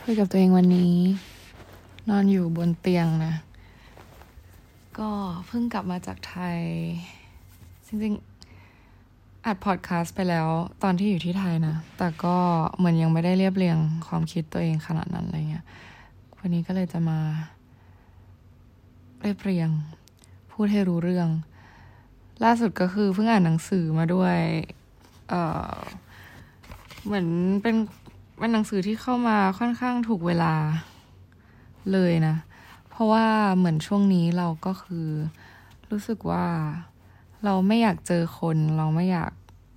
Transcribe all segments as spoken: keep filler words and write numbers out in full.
คุยกับตัวเองวันนี้นอนอยู่บนเตียงนะก็เพิ่งกลับมาจากไทยจริงๆอัดพอดคาสต์ไปแล้วตอนที่อยู่ที่ไทยนะแต่ก็เหมือนยังไม่ได้เรียบเรียงความคิดตัวเองขนาดนั้นอะไรเงี้ยวันนี้ก็เลยจะมาเรียบเรียงพูดให้รู้เรื่องล่าสุดก็คือเพิ่งอ่านหนังสือมาด้วยเอ่อเหมือนเป็นเป็นหนังสือที่เข้ามาค่อนข้างถูกเวลาเลยนะเพราะว่าเหมือนช่วงนี้เราก็คือรู้สึกว่าเราไม่อยากเจอคนเราไม่อยาก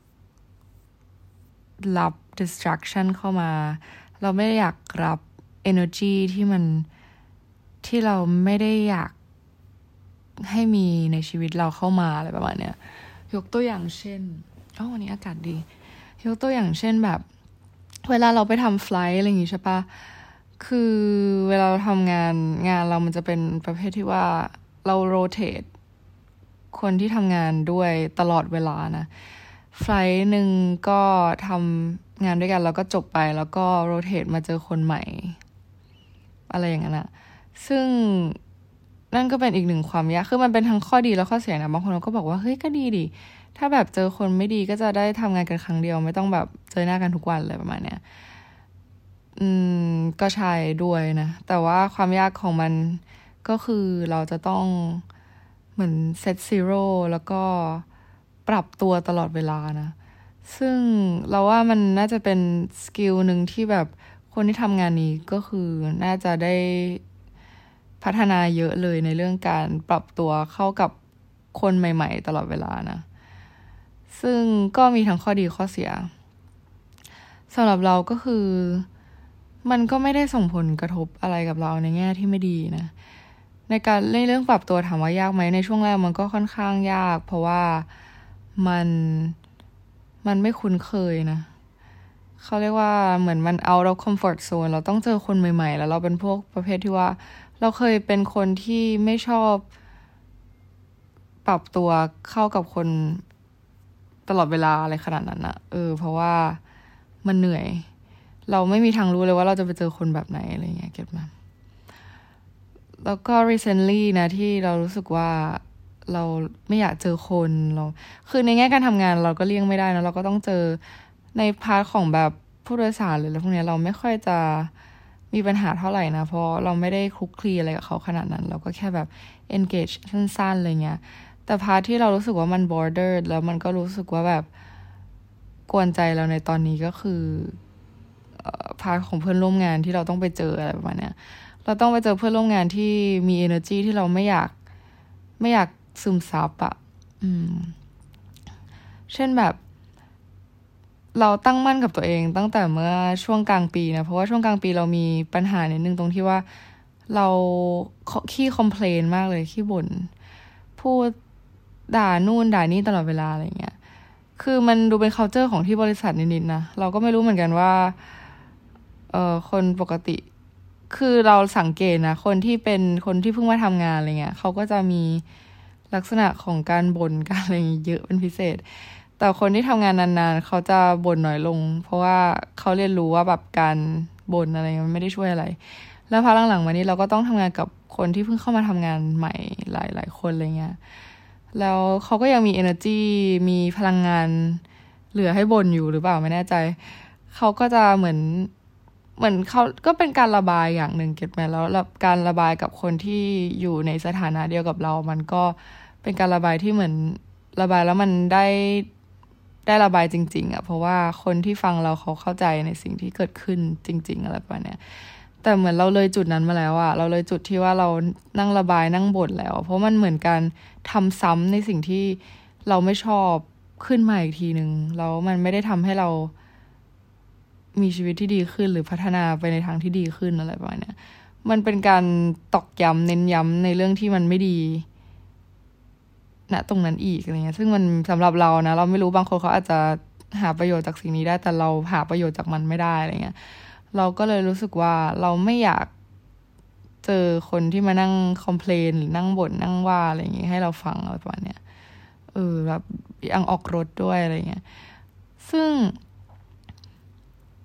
รับ distraction เข้ามาเราไม่อยากรับ energy ที่มันที่เราไม่ได้อยากให้มีในชีวิตเราเข้ามาอะไรประมาณเนี้ยยกตัวอย่างเช่นอ๋อวันนี้อากาศดียกตัวอย่างเช่นแบบเวลาเราไปทำไฟล์อะไรอย่างงี้ใช่ปะคือเวลาเราทำงานงานเรามันจะเป็นประเภทที่ว่าเราโรเตทคนที่ทำงานด้วยตลอดเวลานะไฟล์หนึ่งก็ทำงานด้วยกันแล้วก็จบไปแล้วก็โรเตทมาเจอคนใหม่อะไรอย่างนั้นอะซึ่งนั่นก็เป็นอีกหนึ่งความยากคือมันเป็นทั้งข้อดีและข้อเสียนะบางคนก็บอกว่าเฮ้ยก็ดีดิถ้าแบบเจอคนไม่ดีก็จะได้ทำงานกันครั้งเดียวไม่ต้องแบบเจอหน้ากันทุกวันเลยประมาณเนี้ยอืมก็ใช่ด้วยนะแต่ว่าความยากของมันก็คือเราจะต้องเหมือนเซตซีโร่แล้วก็ปรับตัวตลอดเวลานะซึ่งเราว่ามันน่าจะเป็นสกิลหนึ่งที่แบบคนที่ทำงานนี้ก็คือน่าจะได้พัฒนาเยอะเลยในเรื่องการปรับตัวเข้ากับคนใหม่ๆตลอดเวลานะซึ่งก็มีทั้งข้อดีข้อเสียสำหรับเราก็คือมันก็ไม่ได้ส่งผลกระทบอะไรกับเราในแง่ที่ไม่ดีนะในการในเรื่องปรับตัวถามว่ายากไหมในช่วงแรกมันก็ค่อนข้างยากเพราะว่ามันมันไม่คุ้นเคยนะเขาเรียกว่าเหมือนมัน out of comfort zone เราต้องเจอคนใหม่ๆแล้วเราเป็นพวกประเภทที่ว่าเราเคยเป็นคนที่ไม่ชอบปรับตัวเข้ากับคนตลอดเวลาอะไรขนาดนั้นนะเออเพราะว่ามันเหนื่อยเราไม่มีทางรู้เลยว่าเราจะไปเจอคนแบบไหนอะไรเงี้ยเก็ตมั้ยแล้วก็ recently นะที่เรารู้สึกว่าเราไม่อยากเจอคนเราคือในแง่การทำงานเราก็เลี่ยงไม่ได้นะเราก็ต้องเจอในพาร์ทของแบบผู้โดยสารหรืออะไรพวกนี้เราไม่ค่อยจะมีปัญหาเท่าไหร่นะเพราะเราไม่ได้คลุกคลีอะไรกับเขาขนาดนั้นเราก็แค่แบบ engage สั้นๆอะไรเงี้ยแต่พาร์ทที่เรารู้สึกว่ามัน border แล้วมันก็รู้สึกว่าแบบกวนใจเราในตอนนี้ก็คือพาร์ทของเพื่อนร่วมงานที่เราต้องไปเจออะไรประมาณเนี้ยเราต้องไปเจอเพื่อนร่วมงานที่มี energy ที่เราไม่อยากไม่อยากซึมซับอะอืมเช่นแบบเราตั้งมั่นกับตัวเองตั้งแต่เมื่อช่วงกลางปีนะเพราะว่าช่วงกลางปีเรามีปัญหานิดนึงตรงที่ว่าเราขี้คอมเพลนมากเลยขี้บ่นพูดด่านู่นด่านี่ตลอดเวลาอะไรเงี้ยคือมันดูเป็น culture ของที่บริษัทนิดๆนะเราก็ไม่รู้เหมือนกันว่าเอ่อคนปกติคือเราสังเกตนะคนที่เป็นคนที่เพิ่งมาทำงานอะไรเงี้ยเขาก็จะมีลักษณะของการบ่นการอะไรเยอะเป็นพิเศษแต่คนที่ทำงานนานๆเขาจะบ่นน้อยลงเพราะว่าเขาเรียนรู้ว่าแบบการบ่นอะไรมันไม่ได้ช่วยอะไรแล้วพักหลังๆมานี้เราก็ต้องทำงานกับคนที่เพิ่งเข้ามาทำงานใหม่หลายๆคนอะไรเงี้ยแล้วเขาก็ยังมี energy มีพลังงานเหลือให้บ่นอยู่หรือเปล่าไม่แน่ใจเขาก็จะเหมือนเหมือนเขาก็เป็นการระบายอย่างหนึ่งเก็ตไหมแล้วการระบายกับคนที่อยู่ในสถานะเดียวกับเรามันก็เป็นการระบายที่เหมือนระบายแล้วมันได้ได้ระบายจริงๆอ่ะเพราะว่าคนที่ฟังเราเขาเข้าใจในสิ่งที่เกิดขึ้นจริงๆอะไรประมาณเนี้ยแต่เหมือนเราเลยจุดนั้นมาแล้วอ่ะเราเลยจุดที่ว่าเรานั่งระบายนั่งบ่นแล้วเพราะมันเหมือนการทำซ้ำในสิ่งที่เราไม่ชอบขึ้นมาอีกทีนึงแล้วมันไม่ได้ทำให้เรามีชีวิตที่ดีขึ้นหรือพัฒนาไปในทางที่ดีขึ้นอะไรประมาณเนี้ยมันเป็นการตอกย้ำเน้นย้ำในเรื่องที่มันไม่ดีณตรงนั้นอีกอะไรเงี้ยซึ่งมันสำหรับเรานะเราไม่รู้บางคนเขาอาจจะหาประโยชน์จากสิ่งนี้ได้แต่เราหาประโยชน์จากมันไม่ได้อะไรเงี้ยเราก็เลยรู้สึกว่าเราไม่อยากเจอคนที่มานั่งคอมเพลนหรือนั่งบ่นนั่งว่าอะไรอย่างเงี้ยให้เราฟังอะไรประมาณเนี้ยเออแบบยังออกรถด้วยอะไรเงี้ยซึ่ง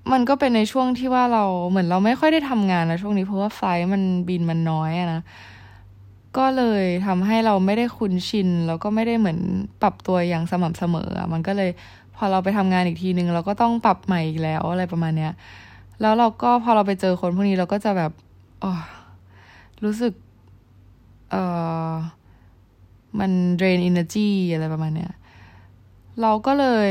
มันก็เป็นในช่วงที่ว่าเราเหมือนเราไม่ค่อยได้ทำงานนะช่วงนี้เพราะว่าไฟล์มันบินมันน้อยอะนะก็เลยทำให้เราไม่ได้คุ้นชินแล้วก็ไม่ได้เหมือนปรับตัวอย่างสม่ำเสมออะมันก็เลยพอเราไปทำงานอีกทีนึงเราก็ต้องปรับใหม่อีกแล้วอะไรประมาณเนี้ยแล้วเราก็พอเราไปเจอคนพวกนี้เราก็จะแบบอ๋อรู้สึกเออมัน drain energy อะไรประมาณเนี้ยเราก็เลย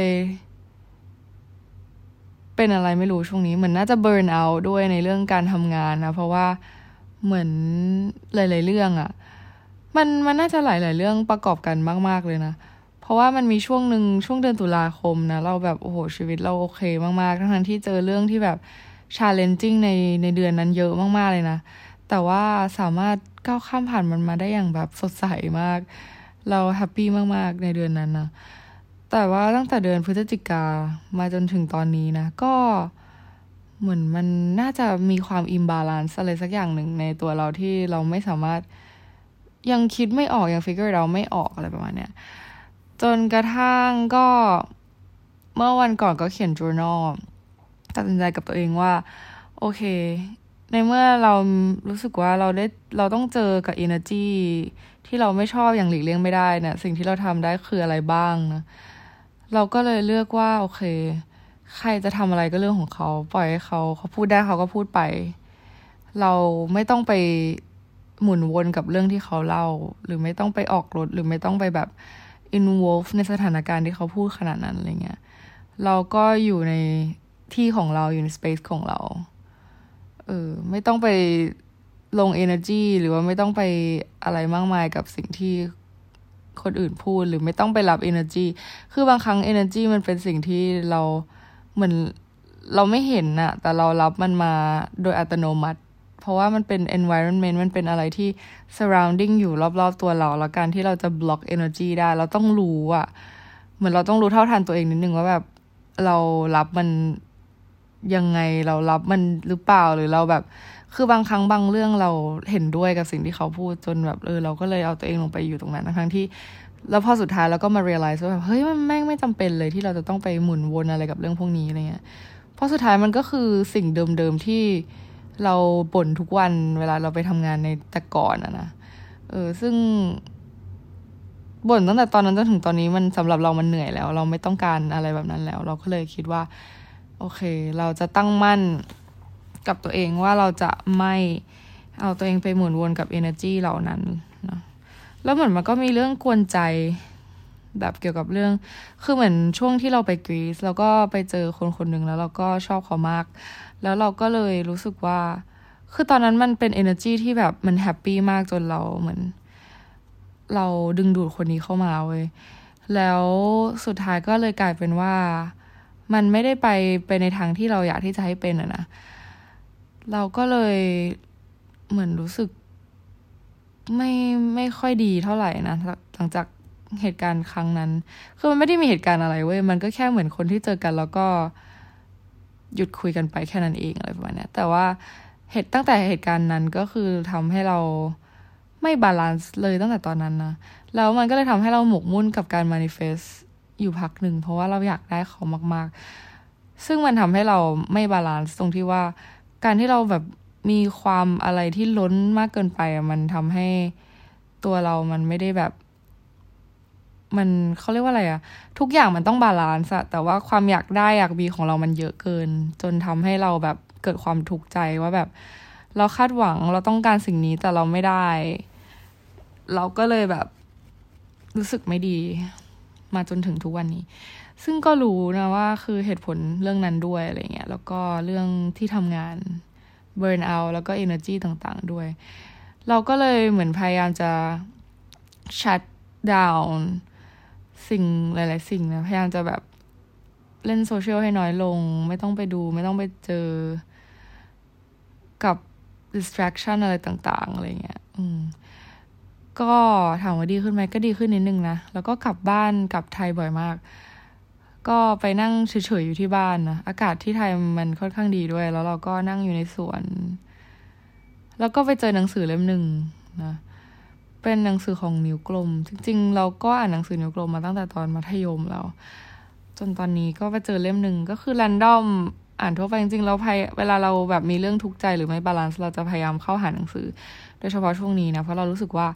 เป็นอะไรไม่รู้ช่วงนี้เหมือนน่าจะ burn out ด้วยในเรื่องการทำงานนะเพราะว่าเหมือนหลายๆเรื่องอะมันมันน่าจะหลายๆเรื่องประกอบกันมากๆเลยนะเพราะว่ามันมีช่วงหนึ่งช่วงเดือนตุลาคมนะเราแบบโอ้โหชีวิตเราโอเคมากๆทั้งที่เจอเรื่องที่แบบ challenging ในในเดือนนั้นเยอะมากๆเลยนะแต่ว่าสามารถก้าวข้ามผ่านมันมาได้อย่างแบบสดใสมากเราแฮปปี้มากๆในเดือนนั้นนะแต่ว่าตั้งแต่เดือนพฤศจิกามาจนถึงตอนนี้นะก็เหมือนมันน่าจะมีความอิมบาลานซ์อะไรสักอย่างหนึ่งในตัวเราที่เราไม่สามารถยังคิดไม่ออกยัง figure it out ไม่ออกอะไรประมาณเนี้ยจนกระทั่งก็เมื่อวันก่อนก็เขียน journal ตัดสินใจกับตัวเองว่าโอเคในเมื่อเรารู้สึกว่าเราได้เราต้องเจอกับ energy ที่เราไม่ชอบอย่างหลีกเลี่ยงไม่ได้เนี่ยสิ่งที่เราทำได้คืออะไรบ้างนะเราก็เลยเลือกว่าโอเคใครจะทำอะไรก็เรื่องของเขาปล่อยให้เขาเขาพูดได้เขาก็พูดไปเราไม่ต้องไปหมุนวนกับเรื่องที่เขาเล่าหรือไม่ต้องไปออกรถหรือไม่ต้องไปแบบ involve ในสถานการณ์ที่เขาพูดขนาดนั้นอะไรเงี้ยเราก็อยู่ในที่ของเราอยู่ใน space ของเราเออไม่ต้องไปลง energy หรือว่าไม่ต้องไปอะไรมากมายกับสิ่งที่คนอื่นพูดหรือไม่ต้องไปรับ energy คือบางครั้ง energy มันเป็นสิ่งที่เราเหมือนเราไม่เห็นน่ะแต่เรารับมันมาโดยอัตโนมัติเพราะว่ามันเป็น environment มันเป็นอะไรที่ surrounding อยู่รอบๆตัวเราแล้วการที่เราจะ block energy ได้เราต้องรู้อ่ะเหมือนเราต้องรู้เท่าทันตัวเองนิดนึงว่าแบบเรารับมันยังไงเรารับมันหรือเปล่าหรือเราแบบคือบางครั้งบางเรื่องเราเห็นด้วยกับสิ่งที่เขาพูดจนแบบเออเราก็เลยเอาตัวเองลงไปอยู่ตรงนั้นทั้งที่แล้วพอสุดท้ายเราก็มา realize ว่าแบบเฮ้ยมันแม่งไม่จำเป็นเลยที่เราจะต้องไปหมุนวนอะไรกับเรื่องพวกนี้อะไรเงี้ยเพราะสุดท้ายมันก็คือสิ่งเดิมๆที่เราบ่นทุกวันเวลาเราไปทำงานในแต่ก่อนอะนะเออซึ่งบ่นตั้งแต่ตอนนั้นจนถึงตอนนี้มันสำหรับเรามันเหนื่อยแล้วเราไม่ต้องการอะไรแบบนั้นแล้วเราก็เลยคิดว่าโอเคเราจะตั้งมั่นกับตัวเองว่าเราจะไม่เอาตัวเองไปหมุนวนกับ energy เหล่านั้นนะแล้วเหมือนมันก็มีเรื่องกวนใจแบบเกี่ยวกับเรื่องคือเหมือนช่วงที่เราไปกรีซแล้วก็ไปเจอคนคนหนึ่งแล้วเราก็ชอบเขามากแล้วเราก็เลยรู้สึกว่าคือตอนนั้นมันเป็น energy ที่แบบมันแฮปปี้มากจนเราเหมือนเราดึงดูดคนนี้เข้ามาเว้ยแล้วสุดท้ายก็เลยกลายเป็นว่ามันไม่ได้ไปไปในทางที่เราอยากที่จะให้เป็นอะนะเราก็เลยเหมือนรู้สึกไม่ไม่ค่อยดีเท่าไหร่นะหลังจากเหตุการณ์ครั้งนั้นคือมันไม่ได้มีเหตุการณ์อะไรเว้ยมันก็แค่เหมือนคนที่เจอกันแล้วก็หยุดคุยกันไปแค่นั้นเองอะไรประมาณนี้แต่ว่าเหตุตั้งแต่เหตุการณ์นั้นก็คือทำให้เราไม่บาลานซ์เลยตั้งแต่ตอนนั้นนะแล้วมันก็เลยทำให้เราหมกมุ่นกับการ manifest อยู่พักหนึ่งเพราะว่าเราอยากได้เขามากๆซึ่งมันทำให้เราไม่บาลานซ์ตรงที่ว่าการที่เราแบบมีความอะไรที่ล้นมากเกินไปมันทำให้ตัวเรามันไม่ได้แบบมันเขาเรียกว่าอะไรอะทุกอย่างมันต้องบาลานซ์อะแต่ว่าความอยากได้อยากมีของเรามันเยอะเกินจนทำให้เราแบบเกิดความทุกข์ใจว่าแบบเราคาดหวังเราต้องการสิ่งนี้แต่เราไม่ได้เราก็เลยแบบรู้สึกไม่ดีมาจนถึงทุกวันนี้ซึ่งก็รู้นะว่าคือเหตุผลเรื่องนั้นด้วยอะไรเงี้ยแล้วก็เรื่องที่ทำงานburn out แล้วก็ energy ต่างๆด้วยเราก็เลยเหมือนพยายามจะ shut down สิ่งหลายๆสิ่งนะพยายามจะแบบเล่นโซเชียลให้น้อยลงไม่ต้องไปดูไม่ต้องไปเจอกับ distraction อะไรต่างๆอะไรเงี้ยอืมก็ถามว่าดีขึ้นไหมก็ดีขึ้นนิดนึงนะแล้วก็กลับบ้านกลับไทยบ่อยมากก็ไปนั่งเฉยๆอยู่ที่บ้านนะอากาศที่ไทยมันค่อนข้างดีด้วยแล้วเราก็นั่งอยู่ในสวนแล้วก็ไปเจอหนังสือเล่มหนึ่งนะเป็นหนังสือของนิ้วกลมจริงๆเราก็อ่านหนังสือนิ้วกลมมาตั้งแต่ตอนมัธยมแล้วจนตอนนี้ก็ไปเจอเล่มหนึ่งก็คือ Random อ่านทั่วไปจริงๆเราพยเวลาเราแบบมีเรื่องทุกข์ใจหรือไม่บาลานซ์เราจะพยายามเข้าหาหนังสือโดยเฉพาะช่วงนี้นะเพราะเรารู้สึกว่า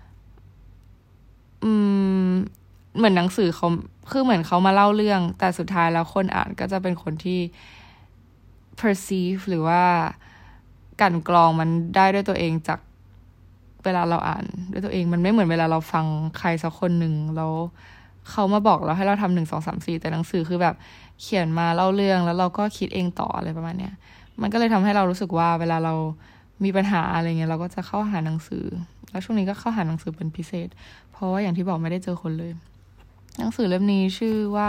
อืมเหมือนหนังสือเขาคือเหมือนเขามาเล่าเรื่องแต่สุดท้ายแล้วคนอ่านก็จะเป็นคนที่ perceive หรือว่ากลั่นกรองมันได้ด้วยตัวเองจากเวลาเราอ่านด้วยตัวเองมันไม่เหมือนเวลาเราฟังใครสักคนหนึ่งแล้วเขามาบอกเราให้เราทำหนึ่งสองสามสี่แต่หนังสือคือแบบเขียนมาเล่าเรื่องแล้วเราก็คิดเองต่ออะไรประมาณเนี้ยมันก็เลยทำให้เรารู้สึกว่าเวลาเรามีปัญหาอะไรเงี้ยเราก็จะเข้าหาหนังสือแล้วช่วงนี้ก็เข้าหาหนังสือเป็นพิเศษเพราะว่าอย่างที่บอกไม่ได้เจอคนเลยหนังสือเล่มนี้ชื่อว่า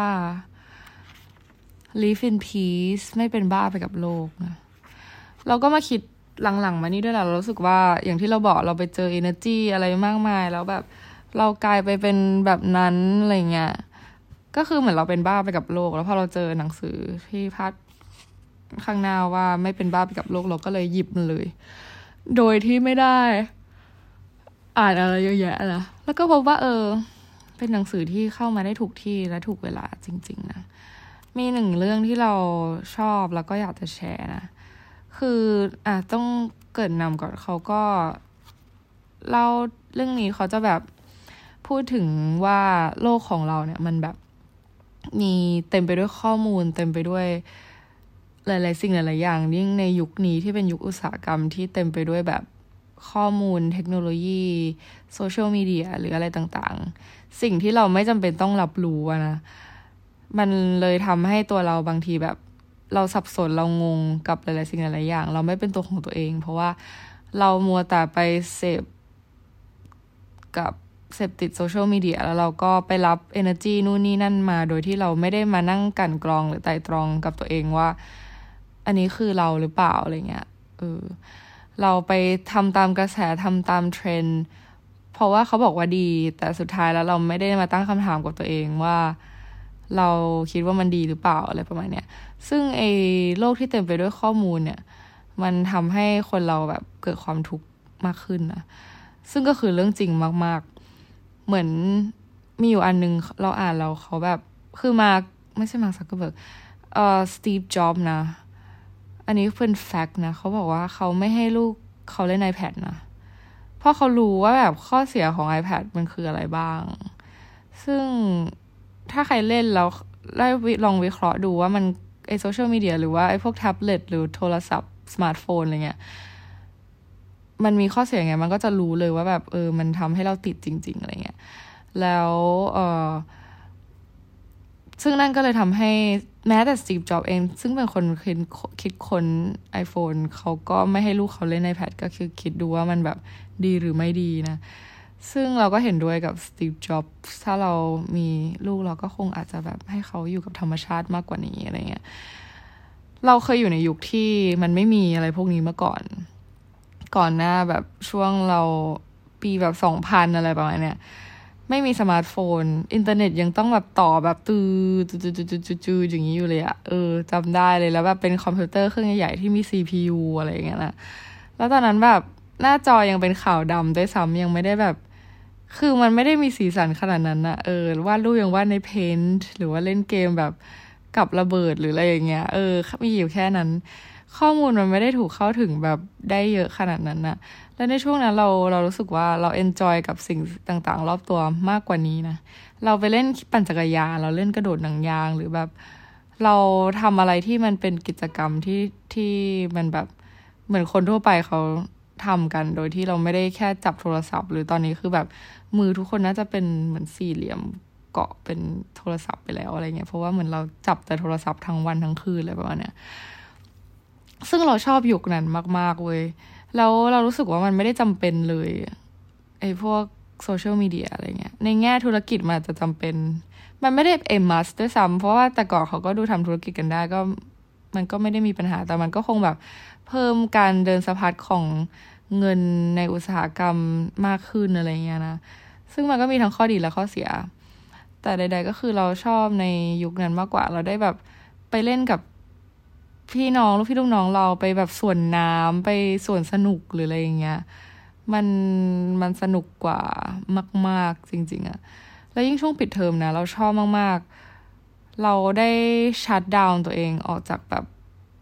Live in Peace ไม่เป็นบ้าไปกับโลกนะเราก็มาคิดหลังๆมานี่ด้วยแหละเรารู้สึกว่าอย่างที่เราบอกเราไปเจอ energy อะไรมากมายแล้วแบบเรากลายไปเป็นแบบนั้นอะไรเงี้ยก็คือเหมือนเราเป็นบ้าไปกับโลกแล้วพอเราเจอหนังสือที่พาดข้างหน้าว่าไม่เป็นบ้าไปกับโลกเราก็เลยหยิบมันเลยโดยที่ไม่ได้อ่านอะไรเยอะแยะนะแล้วก็พบว่าเออเป็นหนังสือที่เข้ามาได้ถูกที่และถูกเวลาจริงๆนะมีหนึ่งเรื่องที่เราชอบแล้วก็อยากจะแชร์นะคืออ่ะต้องเกริ่นนำก่อนเขาก็เล่าเรื่องนี้เขาจะแบบพูดถึงว่าโลกของเราเนี่ยมันแบบมีเต็มไปด้วยข้อมูลเต็มไปด้วยหลายๆสิ่งหลายๆอย่างยิ่งในยุคนี้ที่เป็นยุคอุตสาหกรรมที่เต็มไปด้วยแบบข้อมูลเทคโนโลยีโซเชียลมีเดียหรืออะไรต่างๆสิ่งที่เราไม่จำเป็นต้องรับรู้นะมันเลยทำให้ตัวเราบางทีแบบเราสับสนเรางงกับหลายๆสิ่งหลายๆอย่างเราไม่เป็นตัวของตัวเองเพราะว่าเรามัวแต่ไปเสพกับเสพติดโซเชียลมีเดียแล้วเราก็ไปรับ energy นู่นนี่นั่นมาโดยที่เราไม่ได้มานั่งกั่นกรองหรือไตร่ตรองกับตัวเองว่าอันนี้คือเราหรือเปล่าอะไรเงี้ยเออเราไปทำตามกระแสทำตามเทรนด์เพราะว่าเขาบอกว่าดีแต่สุดท้ายแล้วเราไม่ได้มาตั้งคำถามกับตัวเองว่าเราคิดว่ามันดีหรือเปล่าอะไรประมาณเนี้ยซึ่งไอ้โลกที่เต็มไปด้วยข้อมูลเนี่ยมันทำให้คนเราแบบเกิดความทุกข์มากขึ้นนะซึ่งก็คือเรื่องจริงมากๆเหมือนมีอยู่อันนึงเราอ่านเราเขาแบบคือมาไม่ใช่มาซักเกอร์เบิร์กเอ่อสตีฟจ็อบส์นะอันนี้เป็นแฟกต์นะเขาบอกว่าเขาไม่ให้ลูกเขาเล่น iPad นะเพราะเขารู้ว่าแบบข้อเสียของ iPad มันคืออะไรบ้างซึ่งถ้าใครเล่นแล้วได้ลองวิเคราะห์ดูว่ามันไอโซเชียลมีเดียหรือว่าไอพวกแท็บเล็ตหรือโทรศัพท์สมาร์ทโฟนอะไรเงี้ยมันมีข้อเสียไงมันก็จะรู้เลยว่าแบบเออมันทำให้เราติดจริงๆอะไรเงี้ยแล้วเออซึ่งนั่นก็เลยทำให้แม้แต่สตีฟจ็อบส์เองซึ่งเป็นคนคิดคิดค้น iPhone เขาก็ไม่ให้ลูกเขาเล่น iPad ก็คือคิดดูว่ามันแบบดีหรือไม่ดีนะซึ่งเราก็เห็นด้วยกับสตีฟจ็อบส์ถ้าเรามีลูกเราก็คงอาจจะแบบให้เขาอยู่กับธรรมชาติมากกว่านี้อะไรเงี้ยเราเคยอยู่ในยุคที่มันไม่มีอะไรพวกนี้มาก่อนก่อนหน้าแบบช่วงเราปีแบบสองพันอะไรประมาณเนี้ยไม่มีสมาร์ทโฟนอินเทอร์เน็ตยังต้องแบบต่อแบบตือจืดจืดจืดจืดอย่างนี้อยู่เลยอะเออจำได้เลยแล้วแบบเป็นคอมพิวเตอร์เครื่องใหญ่ๆที่มี ซี พี ยู อะไรอย่างเงี้ยนะแล้วตอนนั้นแบบหน้าจอยังเป็นขาวดำด้วยซ้ำยังไม่ได้แบบคือมันไม่ได้มีสีสันขนาดนั้นนะเออวาดรูปยังวาดใน Paint หรือว่าเล่นเกมแบบกับระเบิดหรืออะไรอย่างเงี้ยเออมีอยู่แค่นั้นข้อมูลมันไม่ได้ถูกเข้าถึงแบบได้เยอะขนาดนั้นนะแล้วในช่วงนั้นเราเรารู้สึกว่าเราเอนจอยกับสิ่งต่างๆรอบตัวมากกว่านี้นะเราไปเล่นปั่นจักรยานเราเล่นกระโดดหนังยางหรือแบบเราทำอะไรที่มันเป็นกิจกรรมที่ที่มันแบบเหมือนคนทั่วไปเขาทำกันโดยที่เราไม่ได้แค่จับโทรศัพท์หรือตอนนี้คือแบบมือทุกคนน่าจะเป็นเหมือนสี่เหลี่ยมเกาะเป็นโทรศัพท์ไปแล้วอะไรเงี้ยเพราะว่าเหมือนเราจับแต่โทรศัพท์ทั้งวันทั้งคืนอะไรประมาณเนี้ยซึ่งเราชอบยุคนั้นมากๆเว้ยแล้วเรารู้สึกว่ามันไม่ได้จำเป็นเลยไอ้พวกโซเชียลมีเดียอะไรเงี้ยในแง่ธุรกิจมันจะจำเป็นมันไม่ได้เอ็มมัสด้วยซ้ำเพราะว่าแต่ก่อนเขาก็ดูทำธุรกิจกันได้ก็มันก็ไม่ได้มีปัญหาแต่มันก็คงแบบเพิ่มการเดินสะพัดของเงินในอุตสาหกรรมมากขึ้นอะไรเงี้ยนะซึ่งมันก็มีทั้งข้อดีและข้อเสียแต่ใดๆก็คือเราชอบในยุคนั้นมากกว่าเราได้แบบไปเล่นกับพี่น้องลูกพี่ลูกน้องเราไปแบบสวนน้ำไปสวนสนุกหรืออะไรอย่างเงี้ยมันมันสนุกกว่ามากๆจริงๆอะแล้วยิ่งช่วงปิดเทอมนะเราชอบมากๆเราได้ชัตดาวน์ตัวเองออกจากแบบ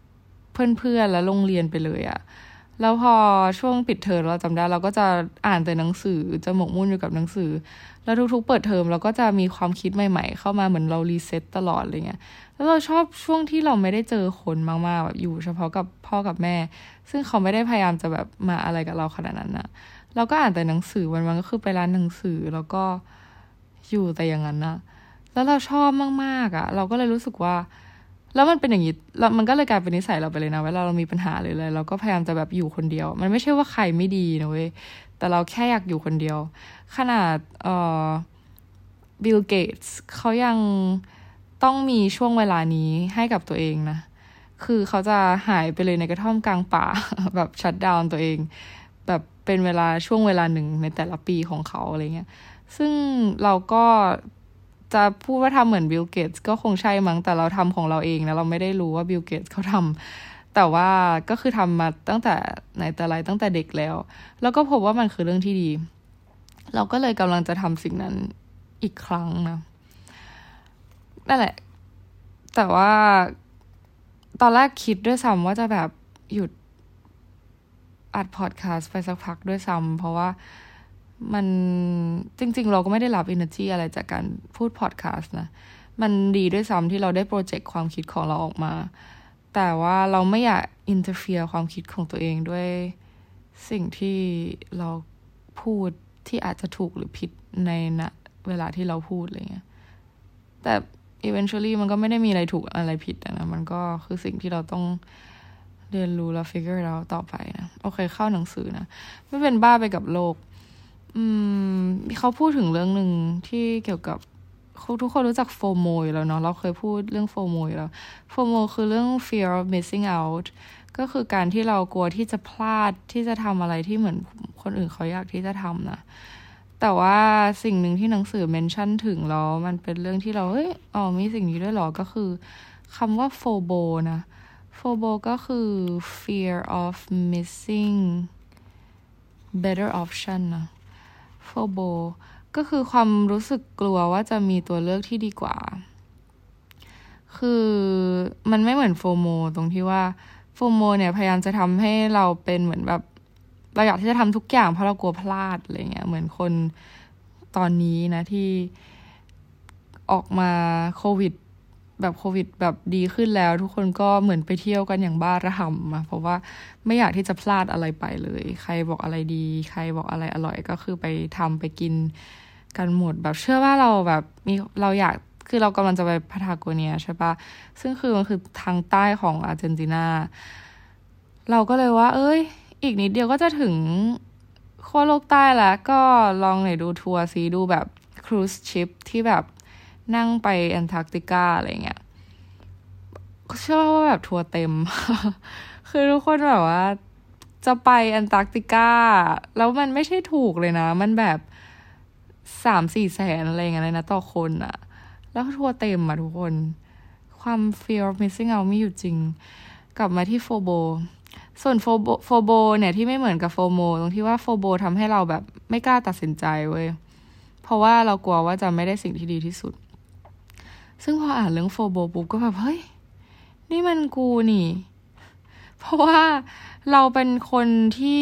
เพื่อนๆและโรงเรียนไปเลยอะแล้วพอช่วงปิดเทอมเราจำได้เราก็จะอ่านแต่หนังสือจะหมกมุ่นอยู่กับหนังสือแล้วทุกๆเปิดเทอมเราก็จะมีความคิดใหม่ๆเข้ามาเหมือนเรารีเซ็ตตลอดอะไรเงี้ยแล้วเราชอบช่วงที่เราไม่ได้เจอคนมากๆแบบอยู่เฉพาะกับพ่อกับแม่ซึ่งเขาไม่ได้พยายามจะแบบมาอะไรกับเราขนาดนั้นนะเราก็อ่านแต่หนังสือวันๆก็คือไปร้านหนังสือแล้วก็อยู่แต่อย่างนั้นนะแล้วเราชอบมากๆอ่ะเราก็เลยรู้สึกว่าแล้วมันเป็นอย่างนี้แล้วมันก็เลยกลายเป็นนิสัยเราไปเลยนะเวลาเรามีปัญหาเลยเลยเราก็พยายามจะแบบอยู่คนเดียวมันไม่ใช่ว่าใครไม่ดีนะเว้ยแต่เราแค่อยากอยู่คนเดียวขนาดเอ่อบิลเกตส์เขายังต้องมีช่วงเวลานี้ให้กับตัวเองนะคือเขาจะหายไปเลยในกระท่อมกลางป่า แบบชัตดาวน์ตัวเองแบบเป็นเวลาช่วงเวลาหนึ่งในแต่ละปีของเขาอะไรเงี้ยซึ่งเราก็จะพูดว่าทำเหมือนบิลเกตส์ก็คงใช่มั้งแต่เราทำของเราเองนะเราไม่ได้รู้ว่าบิลเกตส์เขาทำแต่ว่าก็คือทำมาตั้งแต่ไหนแต่ไรตั้งแต่เด็กแล้วแล้วก็พบว่ามันคือเรื่องที่ดีเราก็เลยกำลังจะทำสิ่งนั้นอีกครั้งนะนั่นแหละแต่ว่าตอนแรกคิดด้วยซ้ำว่าจะแบบหยุดอัดพอดคาสต์ไปสักพักด้วยซ้ำเพราะว่ามันจริงๆเราก็ไม่ได้รับ energy อะไรจากการพูดพอดคาสต์นะมันดีด้วยซ้ำที่เราได้โปรเจกต์ความคิดของเราออกมาแต่ว่าเราไม่อยาก interfere ความคิดของตัวเองด้วยสิ่งที่เราพูดที่อาจจะถูกหรือผิดในณเวลาที่เราพูดอะไรเงี้ยแต่ eventually มันก็ไม่ได้มีอะไรถูกอะไรผิดนะมันก็คือสิ่งที่เราต้องเรียนรู้แล้ว figure it out ต่อไปนะโอเคเข้าหนังสือนะไม่เป็นบ้าไปกับโลกอืมเขาพูดถึงเรื่องหนึ่งที่เกี่ยวกับทุกคนรู้จัก FOMO อยู่แล้วเนาะเราเคยพูดเรื่อง FOMO อยู่แล้ว FOMO คือเรื่อง fear of missing out ก็คือการที่เรากลัวที่จะพลาดที่จะทำอะไรที่เหมือนคนอื่นเขาอยากที่จะทำนะแต่ว่าสิ่งหนึ่งที่หนังสือเมนชั่นถึงแล้วมันเป็นเรื่องที่เราเฮ้ยอ๋อมีสิ่งนี้ด้วยหรอก็คือคำว่า FOMO นะ FOMO ก็คือ fear of missing better option นะ FOMO ก็คือความรู้สึกกลัวว่าจะมีตัวเลือกที่ดีกว่าคือมันไม่เหมือน FOMO ตรงที่ว่า FOMO เนี่ยพยายามจะทำให้เราเป็นเหมือนแบบเราอยากที่จะทำทุกอย่างเพราะเรากลัวพลาดอะไรเงี้ยเหมือนคนตอนนี้นะที่ออกมาโควิดแบบโควิดแบบดีขึ้นแล้วทุกคนก็เหมือนไปเที่ยวกันอย่างบ้าระห่ำมาเพราะว่าไม่อยากที่จะพลาดอะไรไปเลยใครบอกอะไรดีใครบอกอะไรอร่อยก็คือไปทำไปกินกันหมดแบบเชื่อว่าเราแบบมีเราอยากคือเรากำลังจะไปพาทาโกเนียใช่ปะซึ่งคือมันคือทางใต้ของอาร์เจนตินาเราก็เลยว่าเอ้ยอีกนิดเดียวก็จะถึงขั้วโลกใต้แล้วก็ลองหน่อยดูทัวร์ซีดูแบบครูซชิพที่แบบนั่งไปแอนตาร์กติกาอะไรเงี้ยเชื่อว่าแบบทัวร์เต็ม คือทุกคนแบบว่าจะไปแอนตาร์กติกาแล้วมันไม่ใช่ถูกเลยนะมันแบบสามสี่แสนอะไรเงี้ยเลยนะต่อคนอะแล้วทัวร์เต็มอะทุกคนความ fear of missing out ไม่อยู่จริงกลับมาที่โฟโบส่วนโฟโบโฟโบเนี่ยที่ไม่เหมือนกับโฟโมตรงที่ว่าโฟโบทำให้เราแบบไม่กล้าตัดสินใจเว้ยเพราะว่าเรากลัวว่าจะไม่ได้สิ่งที่ดีที่สุดซึ่งพออ่านเรื่องโฟโบปุ๊บก็แบบเฮ้ยนี่มันกูนี่เพราะว่าเราเป็นคนที่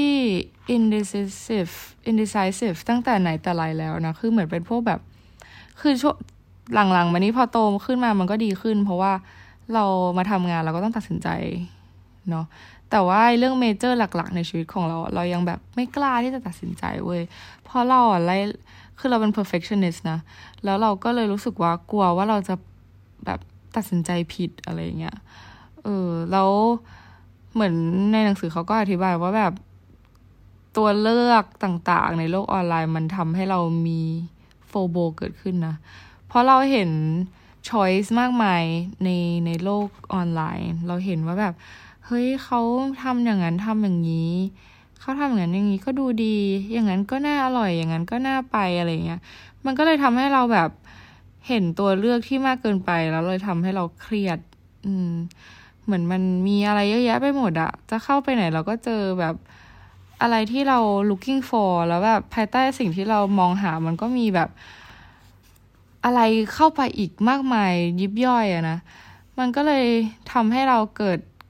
indecisive indecisive ตั้งแต่ไหนแต่ไรแล้วนะคือเหมือนเป็นพวกแบบคือช่วงหลังๆมานี้พอโตขึ้นมามันก็ดีขึ้นเพราะว่าเรามาทำงานเราก็ต้องตัดสินใจเนาะแต่ว่าเรื่องเมเจอร์หลักๆในชีวิตของเราเรายังแบบไม่กล้าที่จะตัดสินใจเว้ยเพราะเราอะไรคือเราเป็น perfectionist นะแล้วเราก็เลยรู้สึกว่ากลัวว่าเราจะแบบตัดสินใจผิดอะไรเงี้ยเออแล้วเหมือนในหนังสือเขาก็อธิบายว่าแบบตัวเลือกต่างๆในโลกออนไลน์มันทำให้เรามีโฟโบเกิดขึ้นนะเพราะเราเห็น choice มากมายในในโลกออนไลน์เราเห็นว่าแบบเฮ้ยเขาทำอย่างนั้นทำอย่างนี้เขาทำอย่างนั้นอย่างนี้ก็ดูดีอย่างนั้นก็น่าอร่อยอย่างนั้นก็น่าไปอะไรเงี้ยมันก็เลยทำให้เราแบบเห็นตัวเลือกที่มากเกินไปแล้วเลยทำให้เราเครียดอืมเหมือนมันมีอะไรเยอะแยะไปหมดอะจะเข้าไปไหนเราก็เจอแบบอะไรที่เรา looking for แล้วแบบภายใต้สิ่งที่เรามองหามันก็มีแบบอะไรเข้าไปอีกมากมายยิบย่อยอะนะมันก็เลยทำให้เราเกิด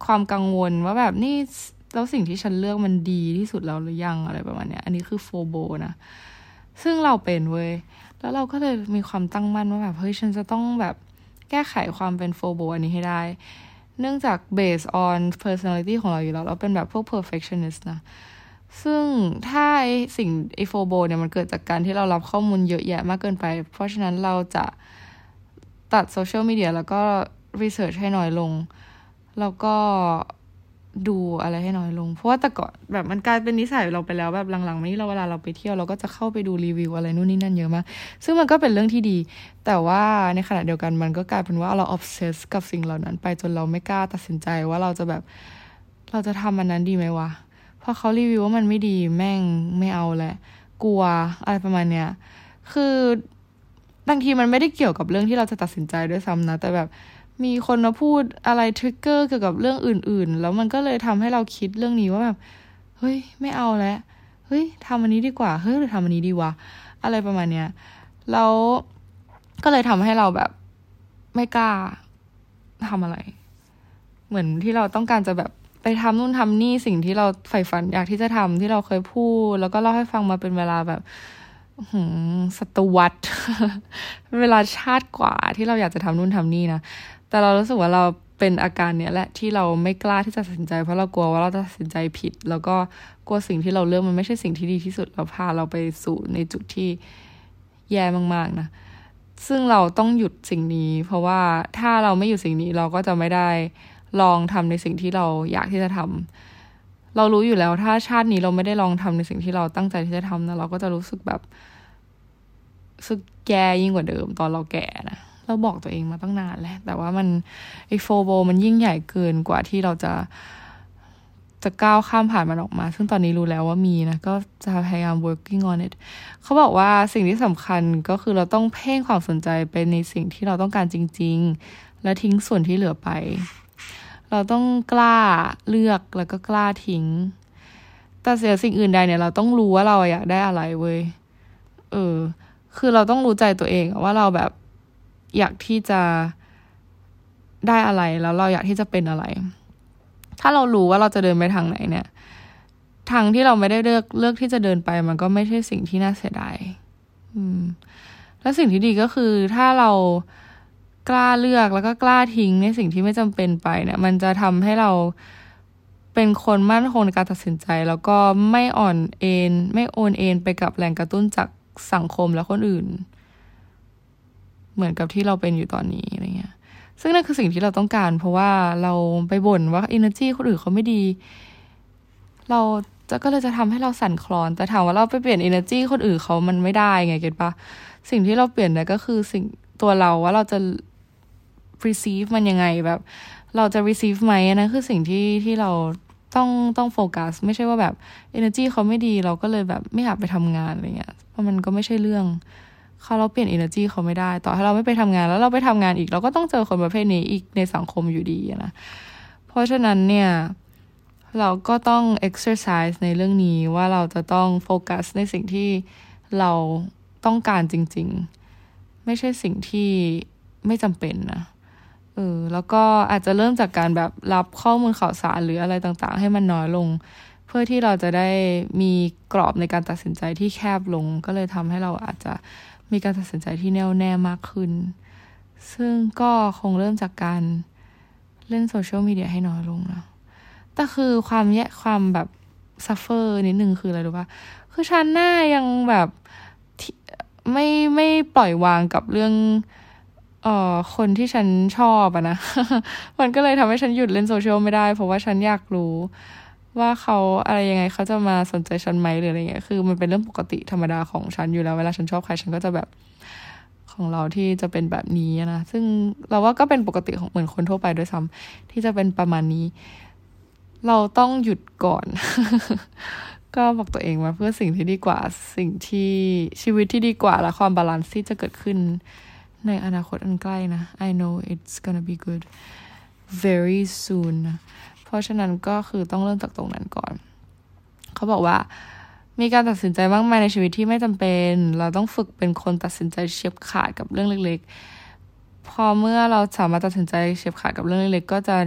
ความกังวลว่าแบบนี่แล้วสิ่งที่ฉันเลือกมันดีที่สุดแล้วหรือยังอะไรประมาณเนี้ยอันนี้คือโฟโบนะซึ่งเราเป็นเว้ยแล้วเราก็เลยมีความตั้งมั่นว่าแบบเฮ้ยฉันจะต้องแบบแก้ไขความเป็นโฟโบอันนี้ให้ได้เนื่องจาก based on personality ของเราอยู่แล้วเราเป็นแบบพวก perfectionist นะซึ่งถ้าไอสิ่งไอโฟโบเนี่ยมันเกิดจากการที่เรารับข้อมูลเยอะแยะมากเกินไปเพราะฉะนั้นเราจะตัดโซเชียลมีเดียแล้วก็รีเสิร์ชให้น้อยลงแล้วก็ดูอะไรให้น้อยลงเพราะว่าแต่ก่อนแบบมันกลายเป็นนิสัยเราไปแล้วแบบหลังๆมานี้เราเวลาเราไปเที่ยวเราก็จะเข้าไปดูรีวิวอะไรนู่นนี่นั่นเยอะมากซึ่งมันก็เป็นเรื่องที่ดีแต่ว่าในขณะเดียวกันมันก็กลายเป็นว่าเราออฟเซสกับสิ่งเหล่านั้นไปจนเราไม่กล้าตัดสินใจว่าเราจะแบบเราจะทำมันนั้นดีไหมวะพอเขารีวิวว่ามันไม่ดีแม่งไม่เอาแหละกลัวอะไรประมาณเนี้ยคือบางทีมันไม่ได้เกี่ยวกับเรื่องที่เราจะตัดสินใจด้วยซ้ำนะแต่แบบมีคนมาพูดอะไรทริกเกอร์เกี่ยวกับเรื่องอื่นๆแล้วมันก็เลยทำให้เราคิดเรื่องนี้ว่าแบบเฮ้ยไม่เอาแล้วเฮ้ยทำอันนี้ดีกว่าเฮ้ยหรือทำอันนี้ดีวะอะไรประมาณเนี้ยแล้วก็เลยทำให้เราแบบไม่กล้าทำอะไรเหมือนที่เราต้องการจะแบบไปทำนู่นทำนี่สิ่งที่เราใฝ่ฝันอยากที่จะทำที่เราเคยพูดแล้วก็เล่าให้ฟังมาเป็นเวลาแบบศตวรรษ เวลาชาติกว่าที่เราอยากจะทำนู่นทำนี่นะแต่เรารู้สึกว่าเราเป็นอาการเนี้ยแหละที่เราไม่กล้าที่จะตัดสินใจเพราะเรากลัวว่าเราจะตัดสินใจผิดแล้วก็กลัวสิ่งที่เราเลือกมันไม่ใช่สิ่งที่ดีที่สุดแล้วพาเราไปสู่ในจุดที่แย่มากๆนะซึ่งเราต้องหยุดสิ่งนี้เพราะว่าถ้าเราไม่หยุดสิ่งนี้เราก็จะไม่ได้ลองทำในสิ่งที่เราอยากที่จะทำเรารู้อยู่แล้วถ้าชาตินี้เราไม่ได้ลองทำในสิ่งที่เราตั้งใจที่จะทำนะเราก็จะรู้สึกแบบรู้สึกแย่ยิ่งกว่าเดิมตอนเราแก่นะเราบอกตัวเองมาตั้งนานแล้วแต่ว่ามันไอโฟโบมันยิ่งใหญ่เกินกว่าที่เราจะจะก้าวข้ามผ่านมันออกมาซึ่งตอนนี้รู้แล้วว่ามีนะก็จะพยายาม working on it เขาบอกว่าสิ่งที่สำคัญก็คือเราต้องเพ่งความสนใจไปในสิ่งที่เราต้องการจริงๆและทิ้งส่วนที่เหลือไปเราต้องกล้าเลือกแล้วก็กล้าทิ้งแต่เสียสิ่งอื่นใดเนี่ยเราต้องรู้ว่าเราอยากได้อะไรเว้ยเออคือเราต้องรู้ใจตัวเองว่าเราแบบอยากที่จะได้อะไรแล้วเราอยากที่จะเป็นอะไรถ้าเรารู้ว่าเราจะเดินไปทางไหนเนี่ยทางที่เราไม่ได้เลือกเลือกที่จะเดินไปมันก็ไม่ใช่สิ่งที่น่าเสียดายอืมแล้วสิ่งที่ดีก็คือถ้าเรากล้าเลือกแล้วก็กล้าทิ้งในสิ่งที่ไม่จำเป็นไปเนี่ยมันจะทำให้เราเป็นคนมั่นคงในการตัดสินใจแล้วก็ไม่อ่อนเอ็นไม่โอนเอ็นไปกับแรงกระตุ้นจากสังคมและคนอื่นเหมือนกับที่เราเป็นอยู่ตอนนี้อะไรเงี้ยซึ่งนั่นคือสิ่งที่เราต้องการเพราะว่าเราไปบ่นว่า energy คนอื่นเขาไม่ดีเราจะก็เลยจะทำให้เราสั่นคลอนแต่ถามว่าเราไปเปลี่ยน energy คนอื่นเขามันไม่ได้ไงเก็ทปะสิ่งที่เราเปลี่ยนได้ก็คือสิ่งตัวเราว่าเราจะ receive มันยังไงแบบเราจะ receive ไหมนะคือสิ่งที่ที่เราต้องต้องโฟกัสไม่ใช่ว่าแบบ energy เขาไม่ดีเราก็เลยแบบไม่อยากไปทำงานอะไรเงี้ยเพราะมันก็ไม่ใช่เรื่องเขาเราเปลี่ยน energy เขาไม่ได้ต่อให้เราไม่ไปทำงานแล้วเราไปทำงานอีกเราก็ต้องเจอคนประเภทนี้อีกในสังคมอยู่ดีนะเพราะฉะนั้นเนี่ยเราก็ต้อง exercise ในเรื่องนี้ว่าเราจะต้องโฟกัสในสิ่งที่เราต้องการจริงๆไม่ใช่สิ่งที่ไม่จำเป็นนะเออแล้วก็อาจจะเริ่มจากการแบบรับข้อมูลข่าวสารหรืออะไรต่างๆให้มันน้อยลงเพื่อที่เราจะได้มีกรอบในการตัดสินใจที่แคบลงก็เลยทำให้เราอาจจะมีการตัดสินใจที่แน่วแน่มากขึ้นซึ่งก็คงเริ่มจากการเล่นโซเชียลมีเดียให้น้อยลงนะแต่คือความแย่ความแบบซัฟเฟอร์นิดนึงคืออะไรรู้ป่ะคือฉันน่ายังแบบไม่ไม่ปล่อยวางกับเรื่องเอ่อคนที่ฉันชอบอะนะ มันก็เลยทำให้ฉันหยุดเล่นโซเชียลไม่ได้เพราะว่าฉันอยากรู้ว่าเขาอะไรยังไงเขาจะมาสนใจฉันไหมหรืออะไรเงี้ยคือมันเป็นเรื่องปกติธรรมดาของฉันอยู่แล้วเวลาฉันชอบใครฉันก็จะแบบของเราที่จะเป็นแบบนี้นะซึ่งเราว่าก็เป็นปกติของเหมือนคนทั่วไปด้วยซ้ำที่จะเป็นประมาณนี้เราต้องหยุดก่อน ก็บอกตัวเองมาเพื่อสิ่งที่ดีกว่าสิ่งที่ชีวิตที่ดีกว่าและความบาลานซ์ที่จะเกิดขึ้นในอนาคตอันใกล้นะ I know it's gonna be good very soon นะเพราะฉะนั้นก็คือต้องเริ่มจากตรงนั้นก่อนเขาบอกว่ามีการตัดสินใจมากมายในชีวิตที่ไม่จำเป็นเราต้องฝึกเป็นคนตัดสินใจเฉียบขาดกับเรื่องเล็กๆพอเมื่อเราสามารถตัดสินใจเฉียบขาดกับเรื่องเล็กๆก็จะ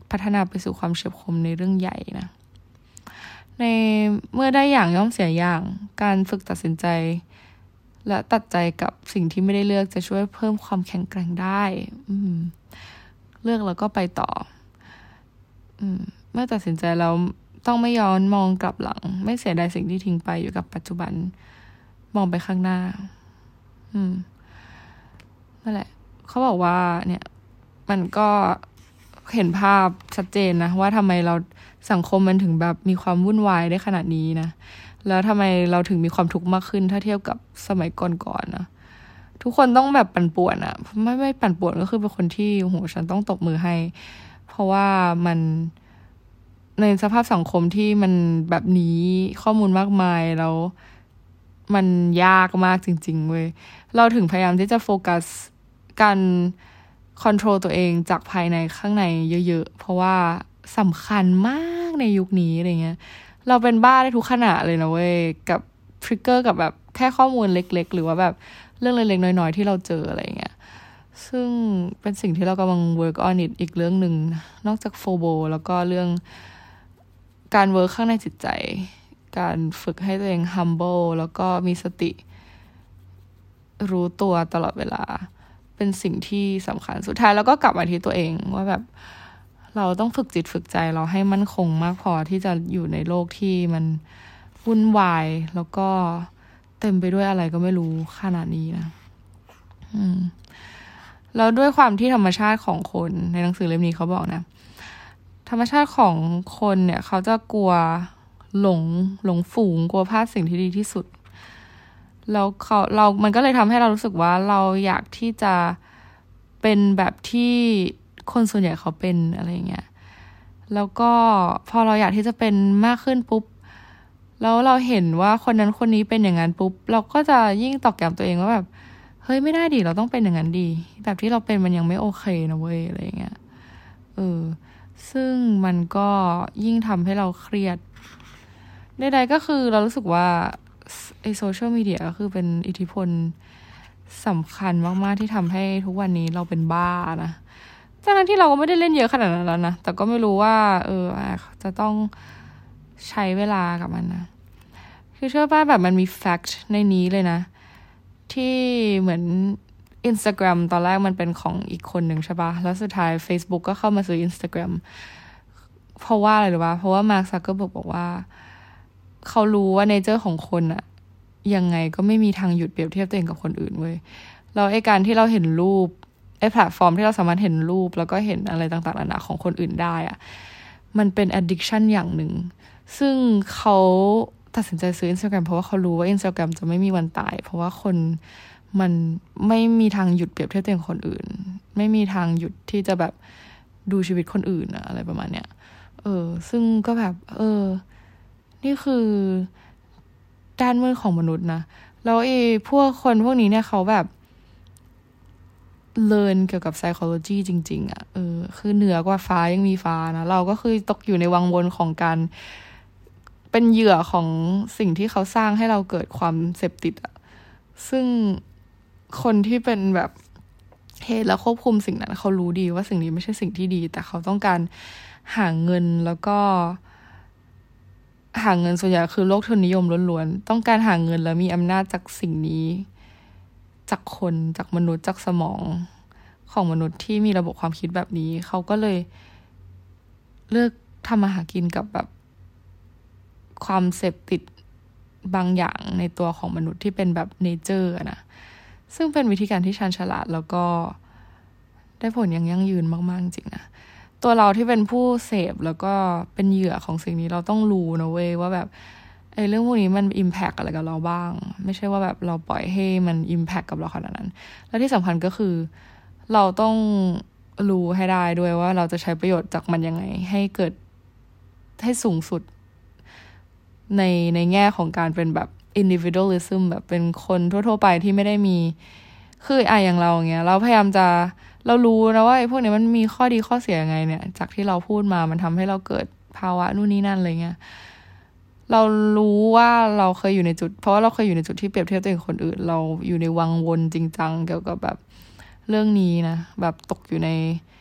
พัฒนาไปสู่ความเฉียบคมในเรื่องใหญ่นะในเมื่อได้อย่างย่อมเสียอย่างการฝึกตัดสินใจและตัดใจกับสิ่งที่ไม่ได้เลือกจะช่วยเพิ่มความแข็งแกร่งได้อืมเลือกแล้วก็ไปต่ออืมเมื่อตัดสินใจแล้วต้องไม่ย้อนมองกลับหลังไม่เสียดายสิ่งที่ทิ้งไปอยู่กับปัจจุบันมองไปข้างหน้าอืมนั่นแหละเขาบอกว่าเนี่ยมันก็เห็นภาพชัดเจนนะว่าทำไมเราสังคมมันถึงแบบมีความวุ่นวายได้ขนาดนี้นะแล้วทำไมเราถึงมีความทุกข์มากขึ้นถ้าเทียบกับสมัยก่อนๆนะทุกคนต้องแบบปั่นป่วนอะไม่ไม่ปั่นป่วนก็คือเป็นคนที่โหฉันต้องตบมือให้เพราะว่ามันในสภาพสังคมที่มันแบบนี้ข้อมูลมากมายแล้วมันยากมากจริงๆเว้ยเราถึงพยายามที่จะโฟกัสการคอนโทรลตัวเองจากภายในข้างในเยอะๆเพราะว่าสำคัญมากในยุคนี้อะไรเงี้ยเราเป็นบ้าได้ทุกขณะเลยนะเว้ยกับทริกเกอร์กับแบบแค่ข้อมูลเล็กๆหรือว่าแบบเรื่องเล็กๆน้อยๆที่เราเจออะไรเงี้ยซึ่งเป็นสิ่งที่เรากำลัง work on it อีกเรื่องหนึ่งนอกจากโฟโบแล้วก็เรื่องการ work ข้างในจิตใจการฝึกให้ตัวเอง humble แล้วก็มีสติรู้ตัวตลอดเวลาเป็นสิ่งที่สำคัญสุดท้ายแล้วก็กลับมาที่ตัวเองว่าแบบเราต้องฝึกจิตฝึกใจเราให้มั่นคงมากพอที่จะอยู่ในโลกที่มันวุ่นวายแล้วก็เต็มไปด้วยอะไรก็ไม่รู้ขนาดนี้นะอืมแล้วด้วยความที่ธรรมชาติของคนในหนังสือเล่มนี้เขาบอกนะธรรมชาติของคนเนี่ยเขาจะกลัวหลงหลงฝูงกลัวพลาดสิ่งที่ดีที่สุดแล้วเขาเรามันก็เลยทำให้เรารู้สึกว่าเราอยากที่จะเป็นแบบที่คนส่วนใหญ่เขาเป็นอะไรเงี้ยแล้วก็พอเราอยากที่จะเป็นมากขึ้นปุ๊บแล้วเราเห็นว่าคนนั้นคนนี้เป็นอย่างนั้นปุ๊บเราก็จะยิ่งตอกย้ำตัวเองว่าแบบเฮ้ยไม่ได้ดิเราต้องเป็นอย่างนั้นดีแบบที่เราเป็นมันยังไม่โอเคนะเว้ยอะไรเงี้ยเออซึ่งมันก็ยิ่งทำให้เราเครียดใดๆก็คือเรารู้สึกว่าไอโซเชียลมีเดียก็คือเป็นอิทธิพลสำคัญมากๆที่ทำให้ทุกวันนี้เราเป็นบ้านะทั้งที่เราก็ไม่ได้เล่นเยอะขนาดนั้นแล้วนะแต่ก็ไม่รู้ว่าเออจะต้องใช้เวลากับมันนะคือเชื่อป่ะแบบมันมีแฟกต์ในนี้เลยนะที่เหมือน Instagram ตอนแรกมันเป็นของอีกคนหนึ่งใช่ป่ะแล้วสุดท้าย Facebook ก็เข้ามาซื้อ Instagram เพราะว่าอะไรหรือวะเพราะว่ามาร์ค ซักเกอร์เบิร์กบอกว่าเขารู้ว่าเนเจอร์ของคนอะยังไงก็ไม่มีทางหยุดเปรียบเทียบตัวเองกับคนอื่นเว้ยแล้วไอ้การที่เราเห็นรูปไอ้แพลตฟอร์มที่เราสามารถเห็นรูปแล้วก็เห็นอะไรต่างๆนานาของคนอื่นได้อะมันเป็น addiction อย่างหนึ่งซึ่งเขาตัดสินใจซื้อ Instagram เพราะว่าเขารู้ว่า Instagram จะไม่มีวันตายเพราะว่าคนมันไม่มีทางหยุดเปรียบเทียบตัวเองกับคนอื่นไม่มีทางหยุดที่จะแบบดูชีวิตคนอื่นอะอะไรประมาณเนี้ยเออซึ่งก็แบบเออนี่คือด้านมืดของมนุษย์นะแล้วไอ้พวกคนพวกนี้เนี่ยเขาแบบเรียนเกี่ยวกับ psychology จริงๆอ่ะเออคือเหนือกว่าฟ้ายังมีฟ้านะเราก็คือตกอยู่ในวังวนของการเป็นเหยื่อของสิ่งที่เขาสร้างให้เราเกิดความเสพติดอ่ะซึ่งคนที่เป็นแบบเหตุและควบคุมสิ่งนั้นเขารู้ดีว่าสิ่งนี้ไม่ใช่สิ่งที่ดีแต่เขาต้องการหาเงินแล้วก็หาเงินส่วนใหญ่คือโลกทุนนิยมล้วนๆต้องการหาเงินแล้วมีอำนาจจากสิ่งนี้จากคนจากมนุษย์จากสมองของมนุษย์ที่มีระบบความคิดแบบนี้เขาก็เลยเลือกทำมาหากินกับแบบความเสพติดบางอย่างในตัวของมนุษย์ที่เป็นแบบเนเจอร์นะซึ่งเป็นวิธีการที่ชาญฉลาดแล้วก็ได้ผลอย่างยั่งยืนมากๆจริงนะตัวเราที่เป็นผู้เสพแล้วก็เป็นเหยื่อของสิ่งนี้เราต้องรู้นะเว้ยว่าแบบไอ้เรื่องพวกนี้มัน impact อะไรกับเราบ้างไม่ใช่ว่าแบบเราปล่อยให้มัน impact กับเราขนาดนั้นและที่สำคัญก็คือเราต้องรู้ให้ได้ด้วยว่าเราจะใช้ประโยชน์จากมันยังไงให้เกิดให้สูงสุดในในแง่ของการเป็นแบบ individualism แบบเป็นคนทั่วๆไปที่ไม่ได้มีคืออ่ะอย่างเราอย่างเงี้ยเราพยายามจะเรารู้นะว่าไอ้พวกนี้มันมีข้อดีข้อเสียยังไงเนี่ยจากที่เราพูดมามันทำให้เราเกิดภาวะนู่นนี่นั่นอะไรเงี้ยเรารู้ว่าเราเคยอยู่ในจุดเพราะว่าเราเคยอยู่ในจุดที่เปรียบเทียบตัวเองกับคนอื่นเราอยู่ในวังวนจริงจังเกี่ยวกับแบบเรื่องนี้นะแบบตกอยู่ใน